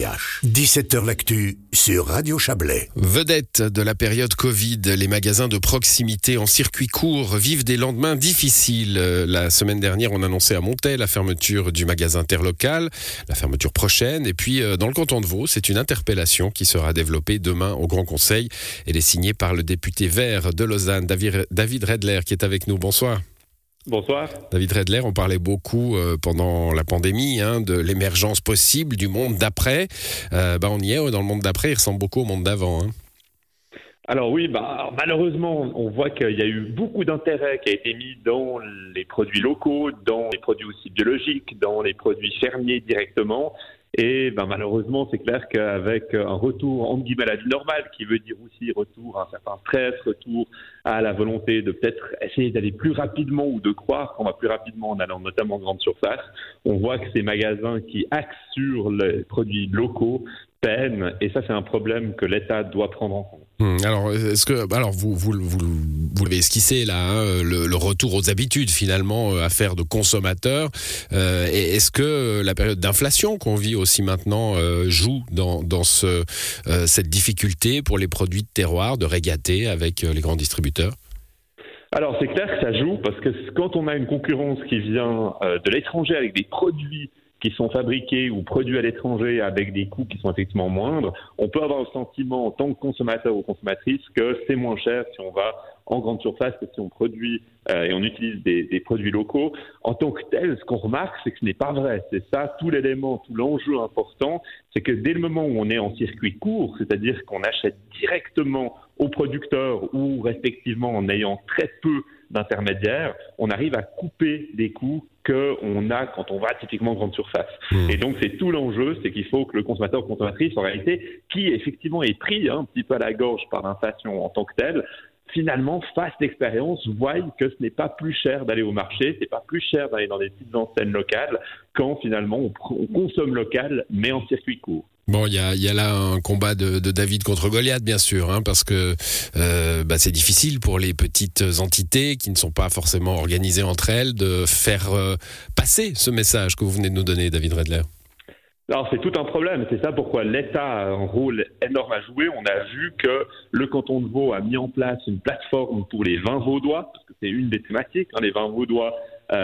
17h l'actu sur Radio Chablais. Vedette de la période Covid, les magasins de proximité en circuit court vivent des lendemains difficiles. La semaine dernière, on annonçait à Montaix la fermeture du magasin Terlocal, la fermeture prochaine. Et puis, dans le canton de Vaud, c'est une interpellation qui sera développée demain au Grand Conseil. Elle est signée par le député vert de Lausanne, David Redler, qui est avec nous. Bonsoir. Bonsoir. David Redler, on parlait beaucoup pendant la pandémie de l'émergence possible du monde d'après. On y est, dans le monde d'après, il ressemble beaucoup au monde d'avant. Alors oui, malheureusement, on voit qu'il y a eu beaucoup d'intérêt qui a été mis dans les produits locaux, dans les produits aussi biologiques, dans les produits fermiers directement. Et malheureusement, c'est clair qu'avec un retour entre guillemets à la vie normale, qui veut dire aussi retour à un certain stress, retour à la volonté de peut-être essayer d'aller plus rapidement ou de croire qu'on va plus rapidement en allant notamment en grande surface, on voit que ces magasins qui axent sur les produits locaux peinent, et ça c'est un problème que l'État doit prendre en compte. Alors, vous l'avez esquissé là, le retour aux habitudes finalement à faire de consommateurs. Et est-ce que la période d'inflation qu'on vit aussi maintenant joue dans cette difficulté pour les produits de terroir de régater avec les grands distributeurs ? Alors c'est clair que ça joue, parce que quand on a une concurrence qui vient de l'étranger avec des produits qui sont fabriqués ou produits à l'étranger avec des coûts qui sont effectivement moindres, on peut avoir le sentiment en tant que consommateur ou consommatrice que c'est moins cher si on va en grande surface que si on produit et on utilise des produits locaux. En tant que tel, ce qu'on remarque, c'est que ce n'est pas vrai. C'est ça, tout l'élément, tout l'enjeu important, c'est que dès le moment où on est en circuit court, c'est-à-dire qu'on achète directement aux producteurs ou respectivement en ayant très peu d'intermédiaires, on arrive à couper les coûts qu'on a quand on va typiquement en grande surface. Et donc c'est tout l'enjeu, c'est qu'il faut que le consommateur ou consommatrice, en réalité, qui effectivement est pris un petit peu à la gorge par l'inflation en tant que telle, finalement fasse l'expérience, voie que ce n'est pas plus cher d'aller au marché, c'est pas plus cher d'aller dans des petites enseignes locales quand finalement on consomme local mais en circuit court. Bon, il y a là un combat de David contre Goliath, bien sûr, parce que c'est difficile pour les petites entités qui ne sont pas forcément organisées entre elles de faire passer ce message que vous venez de nous donner, David Redler. Alors c'est tout un problème, c'est ça pourquoi l'État a un rôle énorme à jouer. On a vu que le canton de Vaud a mis en place une plateforme pour les vins vaudois, parce que c'est une des thématiques, les vins vaudois,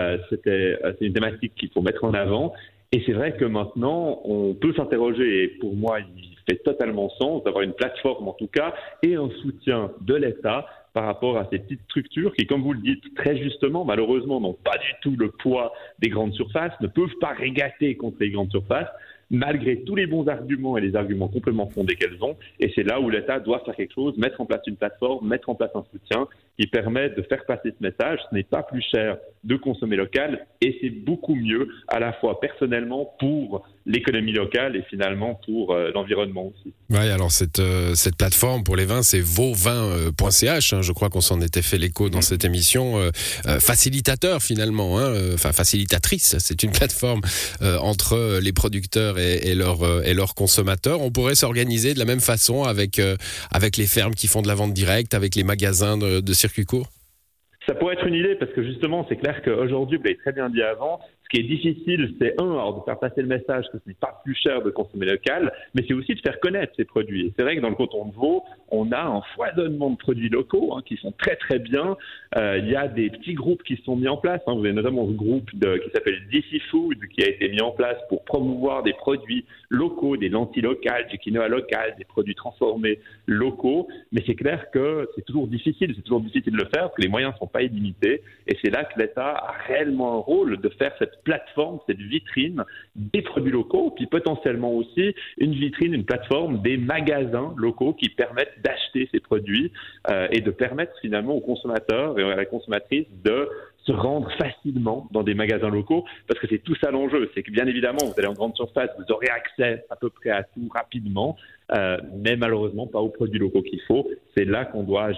c'est une thématique qu'il faut mettre en avant. Et c'est vrai que maintenant, on peut s'interroger, et pour moi, il fait totalement sens d'avoir une plateforme en tout cas, et un soutien de l'État par rapport à ces petites structures qui, comme vous le dites très justement, malheureusement n'ont pas du tout le poids des grandes surfaces, ne peuvent pas régater contre les grandes surfaces, malgré tous les bons arguments et les arguments complètement fondés qu'elles ont. Et c'est là où l'État doit faire quelque chose, mettre en place une plateforme, mettre en place un soutien qui permet de faire passer ce message. Ce n'est pas plus cher de consommer local et c'est beaucoup mieux à la fois personnellement pour l'économie locale et finalement pour l'environnement aussi. Oui, alors cette plateforme pour les vins, c'est vauvins.ch. Je crois qu'on s'en était fait l'écho dans cette émission. Facilitateur finalement, facilitatrice. C'est une plateforme entre les producteurs et leurs consommateurs. On pourrait s'organiser de la même façon avec les fermes qui font de la vente directe, avec les magasins de circuit court. Ça pourrait être une idée parce que justement, c'est clair qu'aujourd'hui, vous l'avez très bien dit avant, ce qui est difficile, c'est de faire passer le message que ce n'est pas plus cher de consommer local, mais c'est aussi de faire connaître ces produits. Et c'est vrai que dans le canton de Vaud, on a un foisonnement de produits locaux qui sont très très bien. Il y a des petits groupes qui se sont mis en place. Vous avez notamment ce groupe qui s'appelle DC Food qui a été mis en place pour promouvoir des produits locaux, des lentilles locales, du quinoa local, des produits transformés locaux. Mais c'est clair que c'est toujours difficile de le faire parce que les moyens ne sont pas illimités. Et c'est là que l'État a réellement un rôle de faire cette plateforme, cette vitrine des produits locaux, puis potentiellement aussi une vitrine, une plateforme des magasins locaux qui permettent d'acheter ces produits et de permettre finalement aux consommateurs et à la consommatrice de se rendre facilement dans des magasins locaux, parce que c'est tout ça l'enjeu, c'est que bien évidemment vous allez en grande surface, vous aurez accès à peu près à tout rapidement, mais malheureusement pas aux produits locaux qu'il faut, c'est là qu'on doit agir.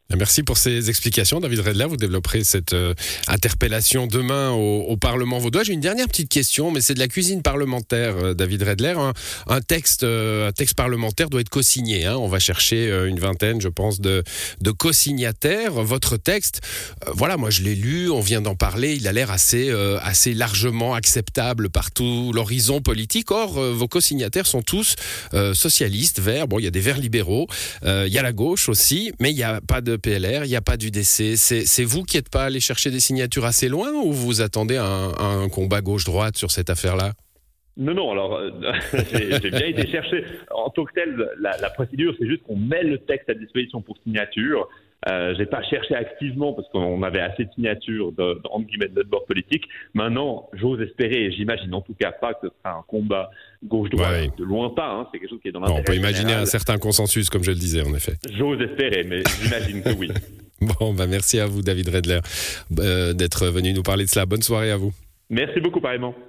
Merci pour ces explications, David Redler. Vous développerez cette interpellation demain au Parlement vaudois. J'ai une dernière petite question, mais c'est de la cuisine parlementaire, David Redler. Un texte parlementaire doit être co-signé. Hein. On va chercher une vingtaine, je pense, de co-signataires. Votre texte, voilà, moi je l'ai lu, on vient d'en parler. Il a l'air assez largement acceptable par tout l'horizon politique. Or, vos co-signataires sont tous socialistes, verts. Bon, il y a des verts libéraux, il y a la gauche aussi, mais il n'y a pas de PLR, il n'y a pas d'UDC. C'est vous qui n'êtes pas allé chercher des signatures assez loin ou vous attendez un combat gauche-droite sur cette affaire-là ? Non, alors j'ai bien été chercher. En tant que tel, la procédure, c'est juste qu'on met le texte à disposition pour signature. J'ai pas cherché activement parce qu'on avait assez de signatures entre guillemets de notre bord politique. Maintenant, j'ose espérer, et j'imagine en tout cas pas que ce sera un combat gauche-droite, ouais. De loin pas, hein, c'est quelque chose qui est dans l'intérêt on peut imaginer général. Un certain consensus, comme je le disais, en effet. J'ose espérer, mais j'imagine que oui. Bon, merci à vous, David Redler, d'être venu nous parler de cela. Bonne soirée à vous. Merci beaucoup, pareillement.